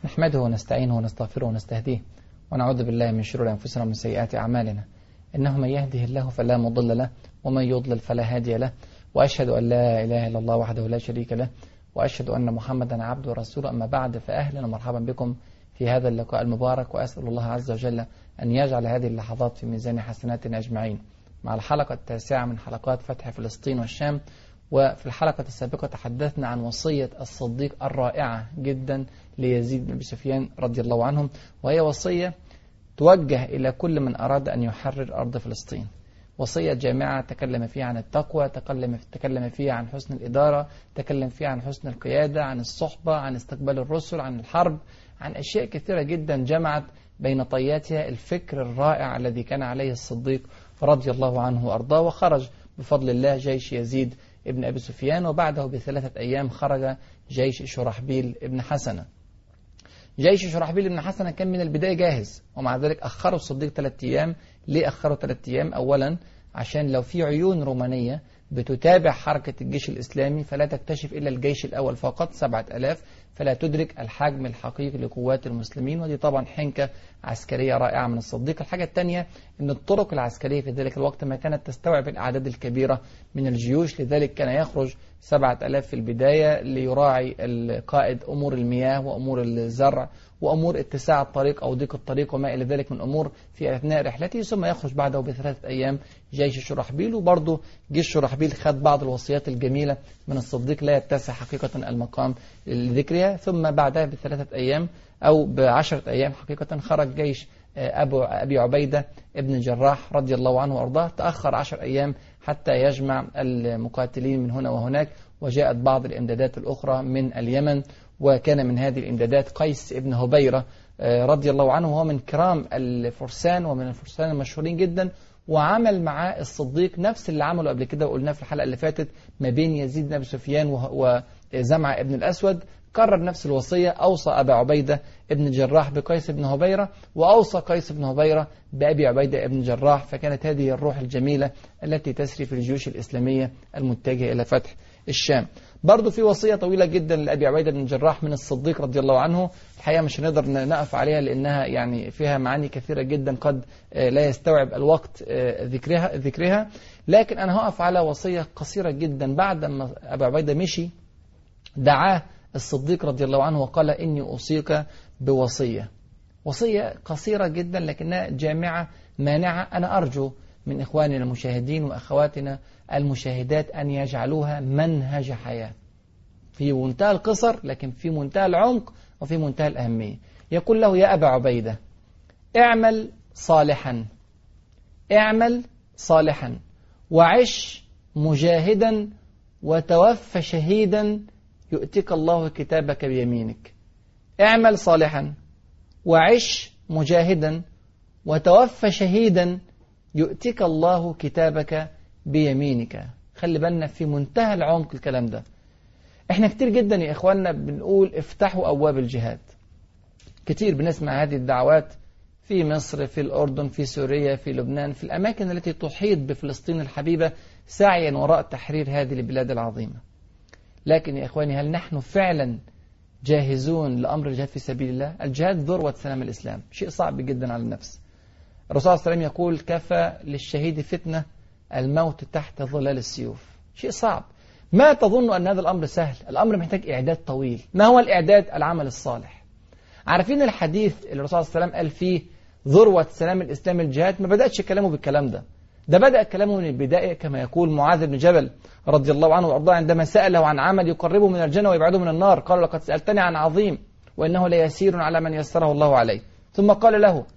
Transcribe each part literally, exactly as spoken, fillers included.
نحمده ونستعينه ونستغفره ونستهديه ونعوذ بالله من شرور أنفسنا ومن سيئات أعمالنا، إنه من يهده الله فلا مضل له ومن يضلل فلا هادي له، وأشهد أن لا إله إلا الله وحده لا شريك له، وأشهد أن محمدا عبده ورسوله. أما بعد، فأهلا ومرحبا بكم في هذا اللقاء المبارك، وأسأل الله عز وجل أن يجعل هذه اللحظات في ميزان حسناتنا أجمعين مع الحلقة التاسعة من حلقات فتح فلسطين والشام. وفي الحلقة السابقة تحدثنا عن وصية الصديق الرائعة جدا ليزيد بن أبي سفيان رضي الله عنهم، وهي وصية توجه إلى كل من أراد أن يحرر أرض فلسطين. وصية جامعة تكلم فيها عن التقوى، تكلم تكلم فيها عن حسن الإدارة، تكلم فيها عن حسن القيادة، عن الصحبة، عن استقبال الرسل، عن الحرب، عن أشياء كثيرة جدا جمعت بين طياتها الفكر الرائع الذي كان عليه الصديق رضي الله عنه وأرضاه. وخرج بفضل الله جيش يزيد ابن أبي سفيان، وبعده بثلاثة أيام خرج جيش شرحبيل ابن حسنة. جيش شرحبيل ابن حسنة كان من البداية جاهز، ومع ذلك أخروا الصديق ثلاثة أيام. ليه أخروا ثلاثة أيام؟ أولا عشان لو في عيون رومانية بتتابع حركة الجيش الإسلامي فلا تكتشف إلا الجيش الأول فقط سبعة ألاف، فلا تدرك الحجم الحقيقي لقوات المسلمين، ودي طبعا حنكة عسكرية رائعة من الصديق. الحاجة الثانية أن الطرق العسكرية في ذلك الوقت ما كانت تستوعب الأعداد الكبيرة من الجيوش، لذلك كان يخرج سبعة ألاف في البداية ليراعي القائد أمور المياه وأمور الزرع وأمور اتساع الطريق أو ضيق الطريق وما إلى ذلك من أمور في أثناء رحلته، ثم يخرج بعده بثلاثة أيام جيش شرحبيل. وبرضه جيش شرحبيل خد بعض الوصيات الجميلة من الصديق لا يتسع حقيقة المقام لذكرها. ثم بعدها بثلاثة أيام أو بعشرة أيام حقيقة خرج جيش أبو أبي عبيدة ابن الجراح رضي الله عنه وأرضاه. تأخر عشر أيام حتى يجمع المقاتلين من هنا وهناك، وجاءت بعض الإمدادات الأخرى من اليمن، وكان من هذه الإمدادات قيس ابن هبيرة رضي الله عنه، وهو من كرام الفرسان ومن الفرسان المشهورين جدا، وعمل معاه الصديق نفس اللي عمله قبل كده وقلناه في الحلقة اللي فاتت ما بين يزيد بن أبي سفيان وزمعة ابن الأسود. كرر نفس الوصية، أوصى أبا عبيدة ابن الجراح بقيس بن هبيرة، وأوصى قيس بن هبيرة بأبي عبيدة ابن الجراح. فكانت هذه الروح الجميلة التي تسري في الجيوش الإسلامية المتجهة إلى فتح الشام. برضو في وصية طويلة جدا لأبي عبيدة بن الجراح من الصديق رضي الله عنه، الحقيقة مش هنقدر نقف عليها لأنها يعني فيها معاني كثيرة جدا قد لا يستوعب الوقت ذكرها ذكرها لكن أنا هقف على وصية قصيرة جدا. بعد ما أبي عبيدة مشي دعاه الصديق رضي الله عنه وقال: إني أوصيك بوصية. وصية قصيرة جدا لكنها جامعة مانعة. أنا أرجو من إخواننا المشاهدين وأخواتنا المشاهدات أن يجعلوها منهج حياة في منتهى القصر لكن في منتهى العمق وفي منتهى الأهمية. يقول له: يا أبا عبيدة، اعمل صالحا اعمل صالحا وعش مجاهدا وتوفى شهيدا يؤتك الله كتابك بيمينك. اعمل صالحا وعش مجاهدا وتوفى شهيدا يؤتك الله كتابك بيمينك. خلي بالنا في منتهى العمق الكلام ده. احنا كتير جدا يا اخواننا بنقول افتحوا ابواب الجهاد، كتير بنسمع هذه الدعوات في مصر، في الأردن، في سوريا، في لبنان، في الأماكن التي تحيط بفلسطين الحبيبة سعيا وراء تحرير هذه البلاد العظيمة. لكن يا إخواني، هل نحن فعلا جاهزون لأمر الجهاد في سبيل الله؟ الجهاد ذروة سنام الإسلام، شيء صعب جدا على النفس. الرسول صلى الله عليه وسلم يقول: كفى للشهيد فتنة الموت تحت ظلال السيوف. شيء صعب. ما تظن أن هذا الأمر سهل؟ الأمر محتاج إعداد طويل. ما هو الإعداد؟ العمل الصالح. عارفين الحديث اللي الرسول صلى الله عليه وسلم قال فيه ذروة سنام الإسلام الجهاد؟ ما بدأش كلامه بالكلام ده، ده بدأ كلامه من البداية كما يقول معاذ بن جبل رضي الله عنه وأرضاه عندما سأله عن عمل يقربه من الجنة ويبعده من النار، قال: لقد سألتني عن عظيم وإنه ليسير على من يسره الله عليه. ثم قال له: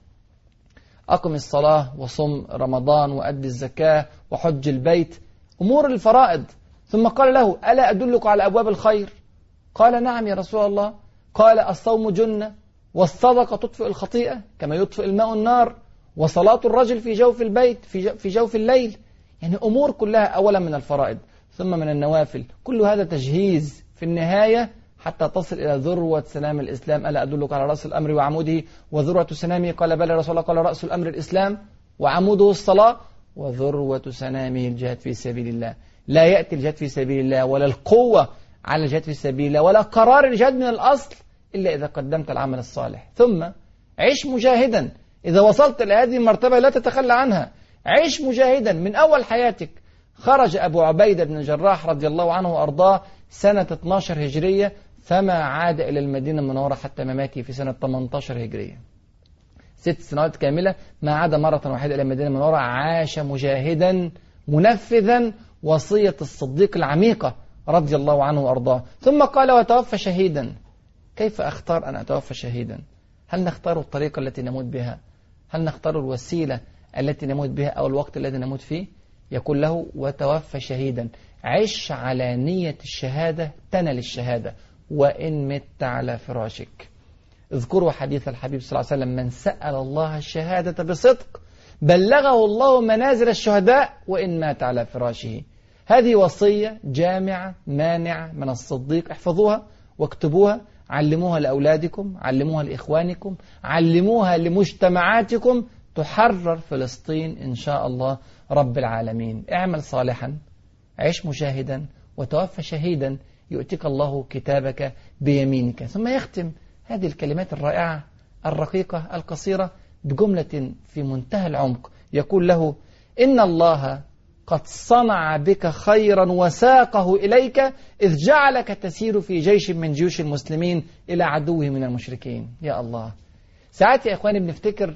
أقم الصلاة وصم رمضان وأد الزكاة وحج البيت، أمور الفرائض. ثم قال له: ألا أدلك على أبواب الخير؟ قال: نعم يا رسول الله. قال: الصوم جنة، والصدقة تطفئ الخطيئة كما يطفئ الماء النار، وصلاة الرجل في جوف البيت في جوف الليل. يعني أمور كلها أولا من الفرائض ثم من النوافل. كل هذا تجهيز في النهاية حتى تصل إلى ذروة سنام الإسلام. ألا أدلك على رأس الأمر وعموده؟ وذروة سنامه قال: بلى رسول الله. قال: رأس الأمر الإسلام وعموده الصلاة وذروة سنامه الجهاد في سبيل الله. لا يأتي الجهاد في سبيل الله ولا القوة على الجهاد في سبيل الله ولا قرار الجهاد من الأصل إلا إذا قدمت العمل الصالح. ثم عيش مجاهدا، إذا وصلت إلى هذه المرتبة لا تتخلى عنها، عيش مجاهدا من أول حياتك. خرج أبو عبيدة بن الجراح رضي الله عنه وأرضاه سنة اثنا عشر هجرية، فما عاد إلى المدينة المنورة حتى مماته في سنة ثمانية عشر هجرية. ست سنوات كاملة ما عاد مرة واحدة إلى المدينة المنورة، عاش مجاهدا منفذا وصية الصديق العميقة رضي الله عنه وأرضاه. ثم قال وتوفى شهيدا. كيف أختار أن أتوفى شهيدا؟ هل نختار الطريقة التي نموت بها؟ هل نختار الوسيلة التي نموت بها أو الوقت الذي نموت فيه؟ يقول له وتوفى شهيدا، عش على نية الشهادة تنل الشهادة وإن مت على فراشك. اذكروا حديث الحبيب صلى الله عليه وسلم: من سأل الله الشهادة بصدق بلغه الله منازل الشهداء وإن مات على فراشه. هذه وصية جامعة مانعة من الصديق، احفظوها واكتبوها، علموها لأولادكم، علموها لإخوانكم، علموها لمجتمعاتكم، تحرر فلسطين إن شاء الله رب العالمين. اعمل صالحا، عيش مجاهدا، وتوفى شهيدا، يؤتيك الله كتابك بيمينك. ثم يختم هذه الكلمات الرائعة الرقيقة القصيرة بجملة في منتهى العمق، يقول له: إن الله قد صنع بك خيرا وساقه إليك إذ جعلك تسير في جيش من جيوش المسلمين إلى عدوه من المشركين. يا الله، ساعات يا إخواني بنفتكر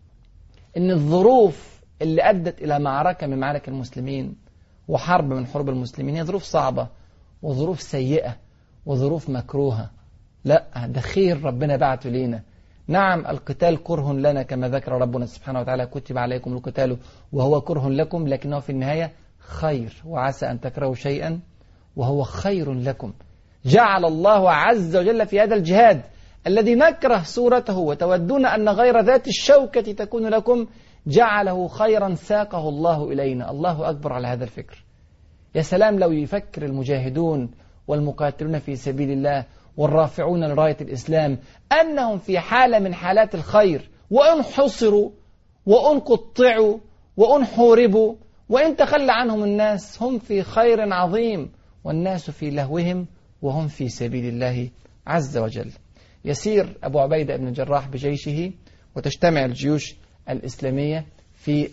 إن الظروف اللي أدت إلى معركة من معارك المسلمين وحرب من حروب المسلمين هي ظروف صعبة وظروف سيئة وظروف مكروهة. لا، ده خير ربنا بعته لينا. نعم القتال كره لنا كما ذكر ربنا سبحانه وتعالى: كتب عليكم القتال وهو كره لكم، لكنه في النهاية خير، وعسى أن تكرهوا شيئا وهو خير لكم. جعل الله عز وجل في هذا الجهاد الذي نكره صورته وتودون أن غير ذات الشوكة تكون لكم، جعله خيرا ساقه الله إلينا. الله أكبر على هذا الفكر. يا سلام لو يفكر المجاهدون والمقاتلون في سبيل الله والرافعون لراية الإسلام أنهم في حالة من حالات الخير، وإن حصروا وإن قطعوا وإن حوربوا وإن تخلى عنهم الناس هم في خير عظيم، والناس في لهوهم وهم في سبيل الله عز وجل. يسير أبو عبيدة بن الجراح بجيشه وتجتمع الجيوش الإسلامية في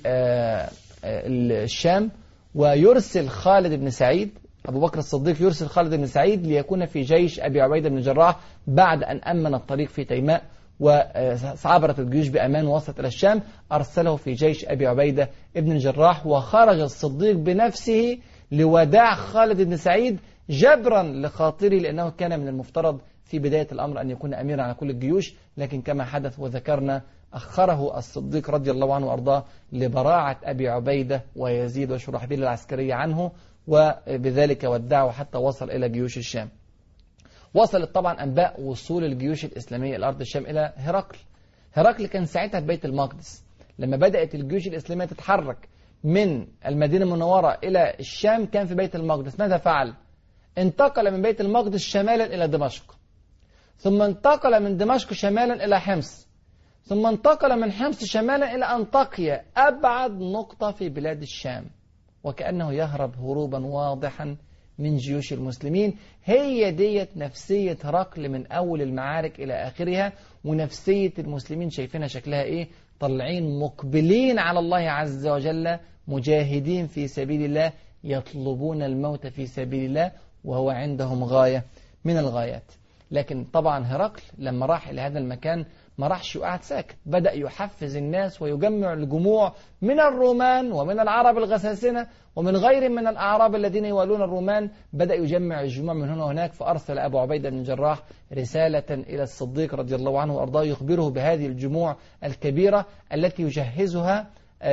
الشام، ويرسل خالد بن سعيد، أبو بكر الصديق يرسل خالد بن سعيد ليكون في جيش أبي عبيدة بن الجراح بعد أن أمن الطريق في تيماء وعبرت الجيوش بأمان ووصلت إلى الشام. أرسله في جيش أبي عبيدة بن الجراح، وخرج الصديق بنفسه لوداع خالد بن سعيد جبرا لخاطره، لأنه كان من المفترض في بداية الأمر أن يكون أميرا على كل الجيوش، لكن كما حدث وذكرنا أخره الصديق رضي الله عنه وأرضاه لبراعة أبي عبيدة ويزيد وشرحبيل العسكرية عنه، وبذلك ودعه حتى وصل إلى جيوش الشام. وصلت طبعا أنباء وصول الجيوش الإسلامية إلى أرض الشام إلى هرقل. هرقل كان ساعتها في بيت المقدس. لما بدأت الجيوش الإسلامية تتحرك من المدينة المنورة إلى الشام كان في بيت المقدس. ماذا فعل؟ انتقل من بيت المقدس شمالا إلى دمشق، ثم انتقل من دمشق شمالا إلى حمص، ثم انتقل من حمص شمالا إلى أنطاكيا، أبعد نقطة في بلاد الشام، وكأنه يهرب هروبا واضحا من جيوش المسلمين. هي ديت نفسية هرقل من أول المعارك إلى آخرها، ونفسية المسلمين شايفينها شكلها إيه؟ طالعين مقبلين على الله عز وجل، مجاهدين في سبيل الله، يطلبون الموت في سبيل الله، وهو عندهم غاية من الغايات. لكن طبعا هرقل لما راح إلى هذا المكان ما راحش وقعد ساكت، بدأ يحفز الناس ويجمع الجموع من الرومان ومن العرب الغساسنة ومن غير من الأعراب الذين يوالون الرومان. بدأ يجمع الجموع من هنا وهناك. فأرسل أبو عبيدة بن الجراح رسالة إلى الصديق رضي الله عنه وأرضاه يخبره بهذه الجموع الكبيرة التي يجهزها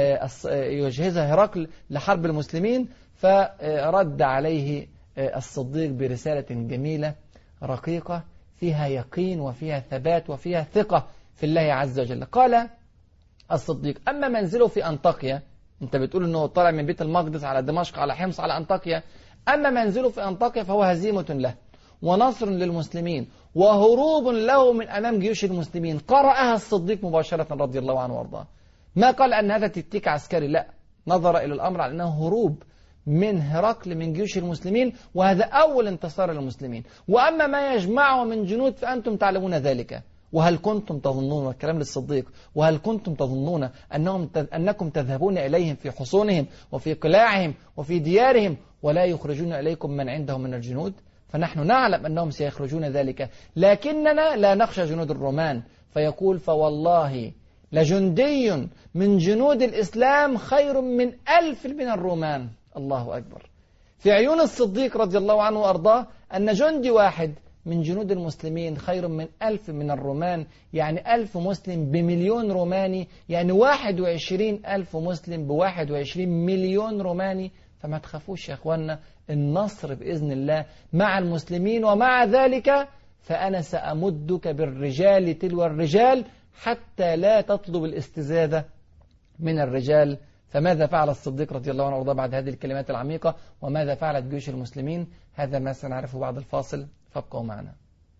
يجهزها هرقل لحرب المسلمين. فرد عليه الصديق برسالة جميلة رقيقة فيها يقين وفيها ثبات وفيها ثقة في الله عز وجل. قال الصديق: أما منزله في أنطاكيا، أنت بتقول أنه طالع من بيت المقدس على دمشق على حمص على أنطاكيا، أما منزله في أنطاكيا فهو هزيمة له ونصر للمسلمين وهروب له من أمام جيوش المسلمين. قرأها الصديق مباشرة رضي الله عنه وارضاه. ما قال أن هذا تكتيك عسكري، لا، نظر إلى الأمر على أنه هروب من هرقل من جيوش المسلمين، وهذا أول انتصار للمسلمين. وأما ما يجمعه من جنود فأنتم تعلمون ذلك. وهل كنتم تظنون، والكلام للصديق، وهل كنتم تظنون أنهم أنكم تذهبون إليهم في حصونهم وفي قلاعهم وفي ديارهم ولا يخرجون إليكم من عندهم من الجنود؟ فنحن نعلم أنهم سيخرجون ذلك، لكننا لا نخشى جنود الرومان. فيقول: فوالله لجندي من جنود الإسلام خير من ألف من الرومان. الله أكبر. في عيون الصديق رضي الله عنه وأرضاه أن جندي واحد من جنود المسلمين خير من ألف من الرومان، يعني ألف مسلم بمليون روماني، يعني واحد وعشرين ألف مسلم بواحد وعشرين مليون روماني. فما تخافوش يا أخوانا، النصر بإذن الله مع المسلمين. ومع ذلك فأنا سأمدك بالرجال تلو الرجال حتى لا تطلب الاستزادة من الرجال. فماذا فعل الصديق رضي الله عنه وارضاه بعد هذه الكلمات العميقة؟ وماذا فعلت جيوش المسلمين؟ هذا ما سنعرفه بعد الفاصل، فابقوا معنا.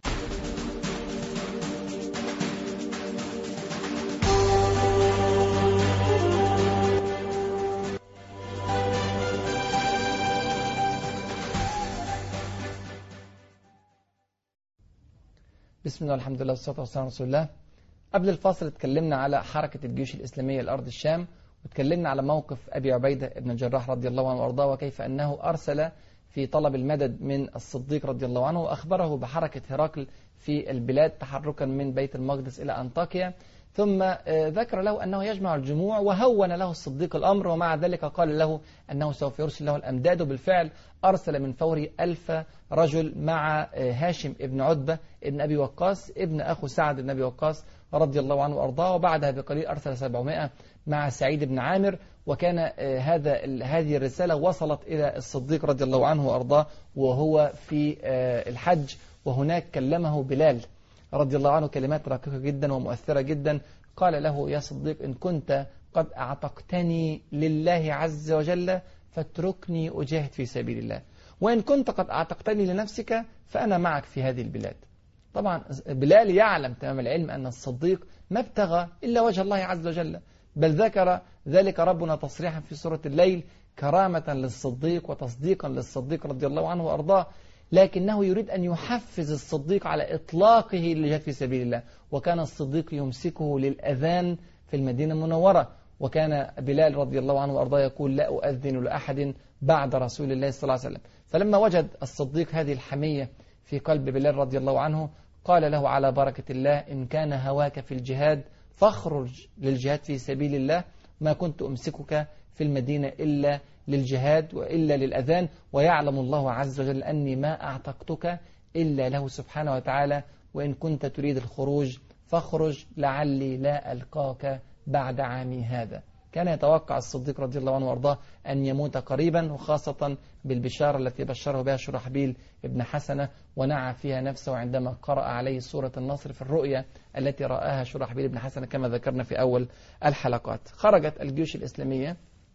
بسم الله والحمد لله والصلاة والسلام على رسول الله. قبل الفاصل اتكلمنا على حركة الجيوش الإسلامية لأرض الشام، واتكلمنا على موقف أبي عبيدة بن الجراح رضي الله عنه وأرضاه، وكيف أنه أرسل في طلب المدد من الصديق رضي الله عنه، وأخبره بحركة هرقل في البلاد تحركا من بيت المقدس إلى أنطاكيا. ثم ذكر له أنه يجمع الجموع، وهون له الصديق الأمر، ومع ذلك قال له أنه سوف يرسل له الأمداد. وبالفعل أرسل من فوره ألف رجل مع هاشم ابن عتبة ابن أبي وقاص ابن أخو سعد بن أبي وقاص رضي الله عنه وأرضاه. وبعدها بقليل أرسل سبعمائة مع سعيد بن عامر. وكان هذا هذه الرسالة وصلت إلى الصديق رضي الله عنه وأرضاه وهو في الحج، وهناك كلمه بلال رضي الله عنه كلمات رقيقة جدا ومؤثرة جدا. قال له: يا صديق، إن كنت قد أعتقتني لله عز وجل فاتركني أجاهد في سبيل الله، وإن كنت قد أعتقتني لنفسك فأنا معك في هذه البلاد. طبعا بلال يعلم تمام العلم أن الصديق ما ابتغى إلا وجه الله عز وجل، بل ذكر ذلك ربنا تصريحا في سورة الليل كرامة للصديق وتصديقا للصديق رضي الله عنه وأرضاه. لكنه يريد أن يحفز الصديق على إطلاقه للجهاد في سبيل الله. وكان الصديق يمسكه للأذان في المدينة المنورة، وكان بلال رضي الله عنه وأرضاه يقول: لا أؤذن لأحد بعد رسول الله صلى الله عليه وسلم. فلما وجد الصديق هذه الحمية في قلب بلال رضي الله عنه، قال له: على بركة الله، إن كان هواك في الجهاد فاخرج للجهاد في سبيل الله، ما كنت أمسكك في المدينة إلا للجهاد وإلا للأذان، ويعلم الله عز وجل أني ما أعتقتك إلا له سبحانه وتعالى، وإن كنت تريد الخروج فاخرج لعلي لا ألقاك بعد عامي هذا. كان يتوقع الصديق رضي الله عنه وارضاه أن يموت قريبا، وخاصة بالبشارة التي بشره بها شرحبيل ابن حسنة، ونعى فيها نفسه عندما قرأ عليه سورة النصر في الرؤيا التي رآها شرحبيل ابن حسنة كما ذكرنا في أول الحلقات. خرجت الجيوش الإسلامية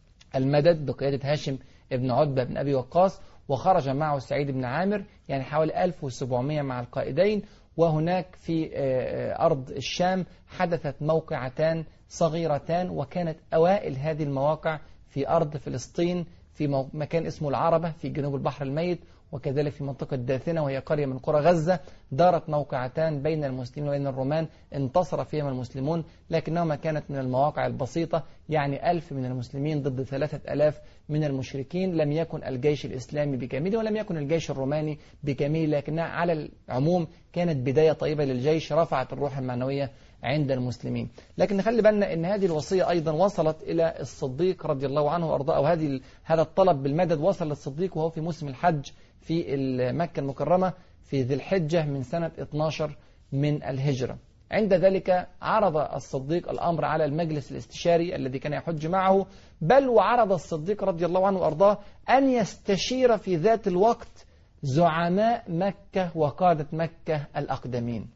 المدد بقيادة هاشم ابن عتبة بن أبي وقاص، وخرج معه سعيد بن عامر، يعني حوالي ألف وسبعمائة مع القائدين. وهناك في أرض الشام حدثت موقعتان صغيرتان، وكانت أوائل هذه المواقع في أرض فلسطين في مكان اسمه العربة في جنوب البحر الميت، وكذلك في منطقة داثنة وهي قرية من قرى غزة. دارت موقعتان بين المسلمين وبين الرومان، انتصر فيهما المسلمون، لكنهما كانت من المواقع البسيطة، يعني ألف من المسلمين ضد ثلاثة ألاف من المشركين. لم يكن الجيش الإسلامي بكامله ولم يكن الجيش الروماني بكامله، لكنها على العموم كانت بداية طيبة للجيش، رفعت الروح المعنوية عند المسلمين. لكن نخلي بالنا ان هذه الوصية ايضا وصلت الى الصديق رضي الله عنه وارضاه، او هذه هذا الطلب بالمدد وصل للصديق وهو في موسم الحج في مكة المكرمة في ذي الحجة من سنة اثني عشر من الهجرة. عند ذلك عرض الصديق الأمر على المجلس الاستشاري الذي كان يحج معه، بل وعرض الصديق رضي الله عنه وأرضاه أن يستشير في ذات الوقت زعماء مكة وقادة مكة الأقدمين.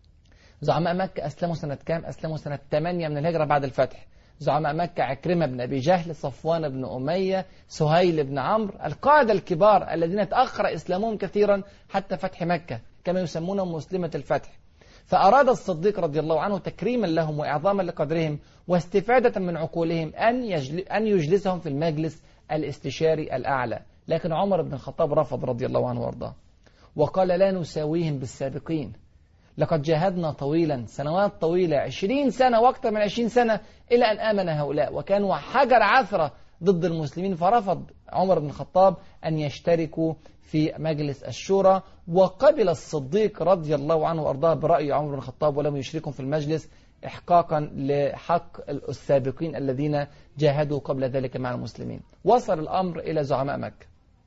زعماء مكة أسلموا سنة كام؟ أسلموا سنة ثمانية من الهجرة بعد الفتح. زعماء مكة عكرمة بن أبي جهل، صفوان بن أمية، سهيل بن عمرو، القادة الكبار الذين تأخر إسلامهم كثيرا حتى فتح مكة، كما يسمونهم مسلمة الفتح. فأراد الصديق رضي الله عنه تكريما لهم وإعظاما لقدرهم واستفادة من عقولهم أن, يجل... أن يجلسهم في المجلس الاستشاري الأعلى، لكن عمر بن الخطاب رفض رضي الله عنه وارضاه وقال لا نساويهم بالسابقين، لقد جاهدنا طويلا سنوات طويلة عشرين سنة وأكثر من عشرين سنة إلى أن آمن هؤلاء وكانوا حجر عثرة ضد المسلمين، فرفض عمر بن الخطاب أن يشتركوا في مجلس الشورى، وقبل الصديق رضي الله عنه وأرضاه برأي عمر بن الخطاب ولم يشركهم في المجلس إحقاقا لحق السابقين الذين جاهدوا قبل ذلك مع المسلمين. وصل الأمر إلى زعماء مكة،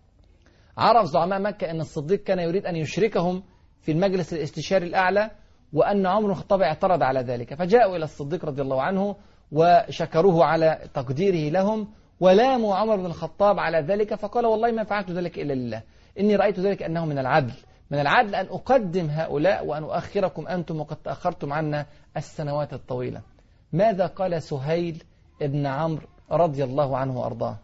عرف زعماء مكة أن الصديق كان يريد أن يشركهم في المجلس الاستشاري الأعلى وأن عمر بن الخطاب اعترض على ذلك، فجاءوا إلى الصديق رضي الله عنه وشكروه على تقديره لهم ولاموا عمر بن الخطاب على ذلك، فقال والله ما فعلت ذلك إلا لله، إني رأيت ذلك أنه من العدل، من العدل أن أقدم هؤلاء وأن أؤخركم أنتم وقد تأخرتم عنا السنوات الطويلة. ماذا قال سهيل ابن عمرو رضي الله عنه وأرضاه؟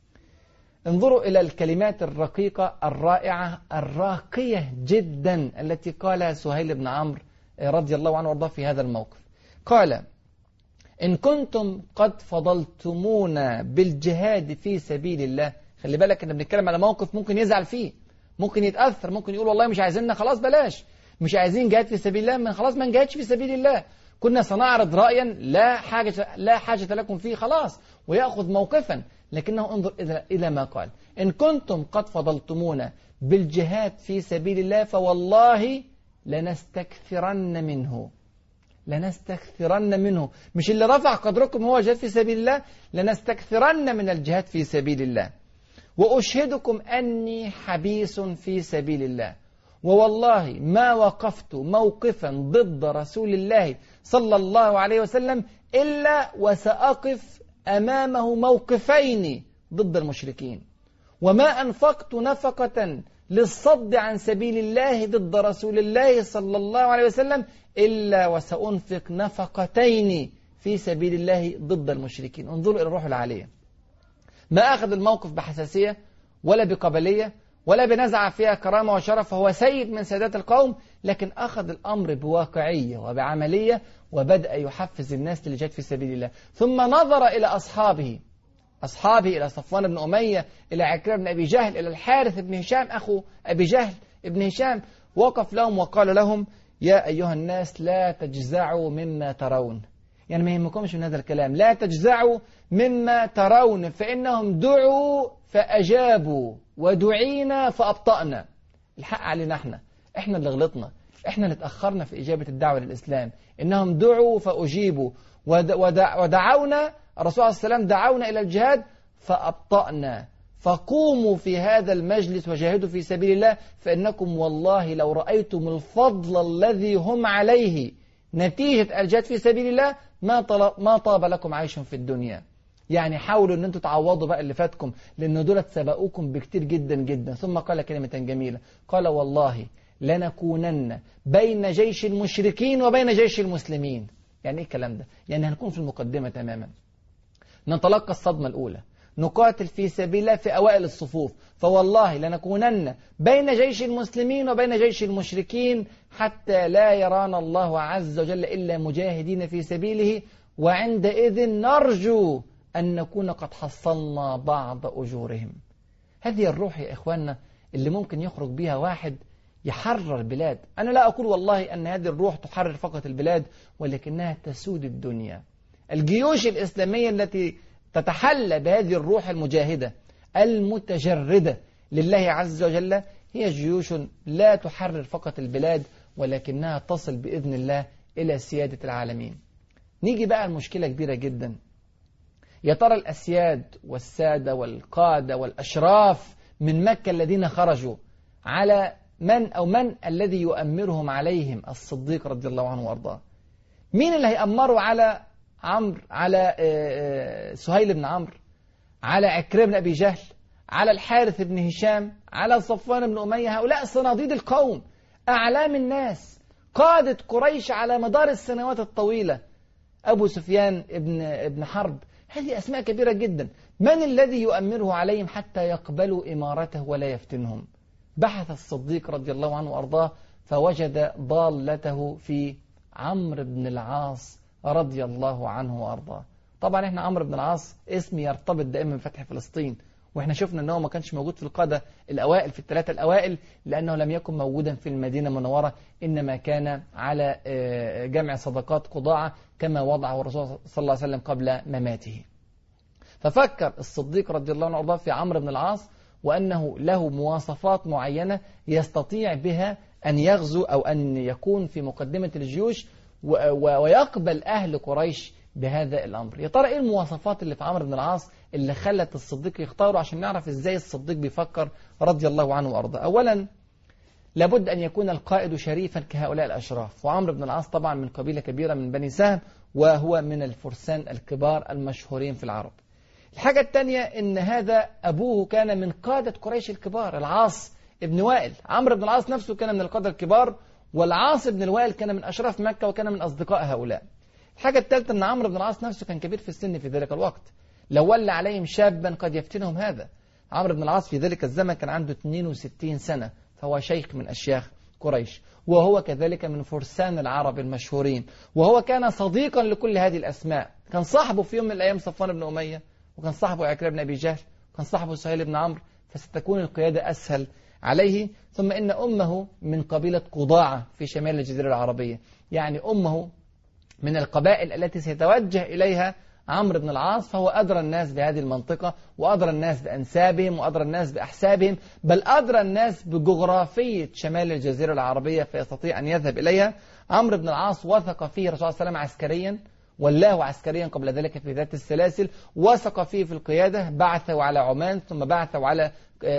انظروا إلى الكلمات الرقيقة الرائعة الراقية جدا التي قالها سهيل بن عمرو رضي الله عنه وأرضاه في هذا الموقف. قال إن كنتم قد فضلتمونا بالجهاد في سبيل الله، خلي بالك إن بنتكلم على موقف ممكن يزعل فيه، ممكن يتأثر، ممكن يقول والله مش عايزيننا خلاص بلاش، مش عايزين جهاد في سبيل الله، من خلاص ما نجاهدش في سبيل الله، كنا سنعرض رأيا لا حاجة لا حاجة لكم فيه خلاص، ويأخذ موقفا. لكنه انظر إلى ما قال إن كنتم قد فضلتمونا بالجهاد في سبيل الله فوالله لنستكثرن منه، لنستكثرن منه، مش اللي رفع قدركم هو جهاد في سبيل الله، لنستكثرن من الجهاد في سبيل الله، وأشهدكم أني حبيس في سبيل الله، ووالله ما وقفت موقفا ضد رسول الله صلى الله عليه وسلم إلا وسأقف أمامه موقفين ضد المشركين، وما أنفقت نفقة للصد عن سبيل الله ضد رسول الله صلى الله عليه وسلم إلا وسأنفق نفقتين في سبيل الله ضد المشركين. انظروا إلى الروح العالية، ما أخذ الموقف بحساسية ولا بقبلية ولا بنزعة فيها كرامة وشرف، فهو سيد من سادات القوم، لكن أخذ الأمر بواقعية وبعملية وبدأ يحفز الناس للجهاد في سبيل الله. ثم نظر إلى أصحابه أصحابه إلى صفوان بن أمية، إلى عكرمة بن أبي جهل، إلى الحارث بن هشام أخو أبي جهل ابن هشام، وقف لهم وقال لهم يا أيها الناس لا تجزعوا مما ترون، يعني ما يهمكمش من هذا الكلام، لا تجزعوا مما ترون فإنهم دعوا فأجابوا ودعينا فأبطأنا. الحق علينا احنا احنا اللي غلطنا، احنا اللي اتأخرنا في إجابة الدعوة للإسلام. إنهم دعوا فأجيبوا ودعونا، الرسول عليه السلام دعونا إلى الجهاد فأبطأنا، فقوموا في هذا المجلس وجاهدوا في سبيل الله، فإنكم والله لو رأيتم الفضل الذي هم عليه نتيجة الجهاد في سبيل الله ما طلب ما طاب لكم عيش في الدنيا. يعني حاولوا ان انتم تعوضوا بقى اللي فاتكم، لان دولت سبقوكم بكتير جدا جدا. ثم قال كلمة جميلة، قال والله لنكونن بين جيش المشركين وبين جيش المسلمين. يعني ايه الكلام ده؟ يعني هنكون في المقدمة تماما، نتلقى الصدمة الأولى، نقاتل في سبيل الله في أوائل الصفوف، فوالله لنكونن بين جيش المسلمين وبين جيش المشركين حتى لا يرانا الله عز وجل إلا مجاهدين في سبيله، وعندئذ نرجو أن نكون قد حصلنا بعض أجورهم. هذه الروح يا إخواننا اللي ممكن يخرج بها واحد يحرر البلاد. أنا لا أقول والله أن هذه الروح تحرر فقط البلاد، ولكنها تسود الدنيا. الجيوش الإسلامية التي تتحلى بهذه الروح المجاهدة المتجردة لله عز وجل هي جيوش لا تحرر فقط البلاد، ولكنها تصل بإذن الله إلى سيادة العالمين. نيجي بقى المشكلة كبيرة جدا، يا ترى الأسياد والسادة والقادة والأشراف من مكة الذين خرجوا على من أو من الذي يؤمرهم عليهم؟ الصديق رضي الله عنه وأرضاه. مين اللي هيأمروا على عمرو، على سهيل بن عمرو، على عكرمة بن أبي جهل، على الحارث بن هشام، على صفوان بن أمية؟ هؤلاء صناديد القوم، أعلام الناس، قادة قريش على مدار السنوات الطويلة، أبو سفيان ابن ابن حرب. هذه أسماء كبيرة جدا. من الذي يؤمره عليهم حتى يقبلوا إمارته ولا يفتنهم؟ بحث الصديق رضي الله عنه وأرضاه فوجد ضالته في عمرو بن العاص رضي الله عنه وأرضاه. طبعا احنا عمرو بن العاص اسم يرتبط دائما بفتح فلسطين، وإحنا شفنا أنه ما كانش موجود في القادة الأوائل، في الثلاثة الأوائل، لأنه لم يكن موجودا في المدينة المنورة، إنما كان على جمع صدقات قضاعة كما وضعه الرسول صلى الله عليه وسلم قبل مماته. ففكر الصديق رضي الله عنه وارضاه في عمرو بن العاص، وأنه له مواصفات معينة يستطيع بها أن يغزو أو أن يكون في مقدمة الجيوش ويقبل أهل قريش بهذا الأمر. يا ترى إيه المواصفات اللي في عمرو بن العاص اللي خلت الصديق يختاره، عشان نعرف إزاي الصديق بيفكر رضي الله عنه وأرضاه. أولا، لابد أن يكون القائد شريفا كهؤلاء الأشراف، وعمرو بن العاص طبعا من قبيلة كبيرة من بني سهم، وهو من الفرسان الكبار المشهورين في العرب. الحاجة الثانية إن هذا أبوه كان من قادة قريش الكبار، العاص ابن وائل. عمرو بن العاص نفسه كان من القادة الكبار، والعاص ابن الوائل كان من أشراف مكة وكان من أصدقاء هؤلاء. الحاجة الثالثة أن عمرو بن العاص نفسه كان كبير في السن في ذلك الوقت، لو ولى عليهم شابا قد يفتنهم هذا. عمرو بن العاص في ذلك الزمن كان عنده اثنين وستين سنة، فهو شيخ من أشياخ قريش، وهو كذلك من فرسان العرب المشهورين، وهو كان صديقا لكل هذه الأسماء. كان صاحبه في يوم من الأيام صفوان بن أمية، وكان صاحبه عكرمة بن أبي جهل، وكان صاحبه سهيل بن عمرو، فستكون القيادة أسهل عليه. ثم إن أمه من قبيلة قضاعة في شمال الجزيرة العربية، يعني أمه من القبائل التي سيتوجه إليها عمرو بن العاص، فهو أدرى الناس بهذه المنطقة، وأدرى الناس بأنسابهم، وأدرى الناس بأحسابهم، بل أدرى الناس بجغرافية شمال الجزيرة العربية، فيستطيع أن يذهب إليها. عمرو بن العاص وثق فيه الرسول صلى الله عليه وسلم عسكريا، ولاه عسكريا قبل ذلك في ذات السلاسل، وثق فيه في القيادة، بعثه على عمان، ثم بعثه على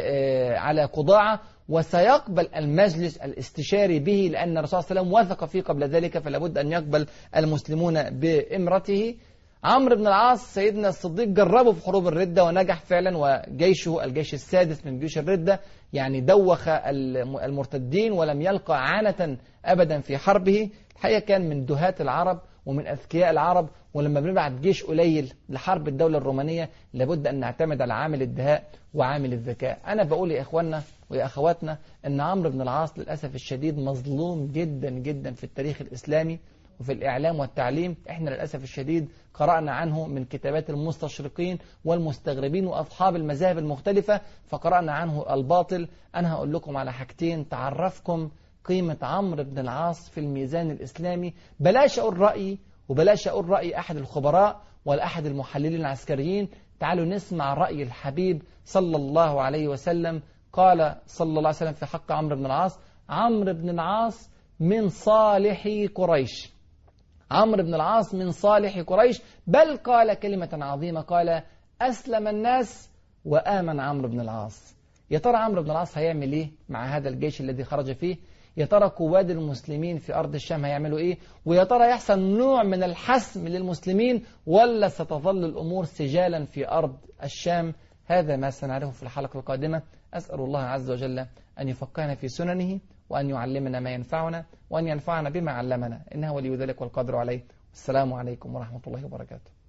على قضاعة، وسيقبل المجلس الاستشاري به، لأن الرسول صلى الله عليه وسلم وثق فيه قبل ذلك، فلا بد أن يقبل المسلمون بإمرته. عمرو بن العاص سيدنا الصديق جربه في حروب الردة ونجح فعلا، وجيشه الجيش السادس من جيوش الردة يعني دوخ المرتدين ولم يلقى عانة أبدا في حربه. الحقيقة كان من دهاة العرب ومن أذكياء العرب، ولما بنبعت جيش قليل لحرب الدولة الرومانية لابد أن نعتمد على عامل الدهاء وعامل الذكاء. أنا بقول يا إخواننا ويا أخواتنا أن عمرو بن العاص للأسف الشديد مظلوم جدا جدا في التاريخ الإسلامي وفي الإعلام والتعليم. إحنا للأسف الشديد قرأنا عنه من كتابات المستشرقين والمستغربين وأصحاب المذاهب المختلفة، فقرأنا عنه الباطل. أنا هقول لكم على حاجتين تعرفكم قيمة عمرو بن العاص في الميزان الإسلامي. بلاش أقول رأيي، وبلاش أقول رأي أحد الخبراء ولا أحد المحللين العسكريين. تعالوا نسمع رأي الحبيب صلى الله عليه وسلم. قال صلى الله عليه وسلم في حق عمرو بن العاص: عمرو بن العاص من صالح قريش. عمرو بن العاص من صالح قريش، بل قال كلمة عظيمة، قال: أسلم الناس وآمن عمرو بن العاص. يا ترى عمرو بن العاص هيعمل إيه مع هذا الجيش الذي خرج فيه؟ يا ترى قواد المسلمين في أرض الشام هيعملوا إيه؟ ويا ترى يحصل نوع من الحسم للمسلمين، ولا ستظل الأمور سجالا في أرض الشام؟ هذا ما سنعرفه في الحلقة القادمة. أسأل الله عز وجل أن يفقهنا في سننه، وأن يعلمنا ما ينفعنا، وأن ينفعنا بما علمنا، إنه ولي ذلك والقادر عليه. السلام عليكم ورحمة الله وبركاته.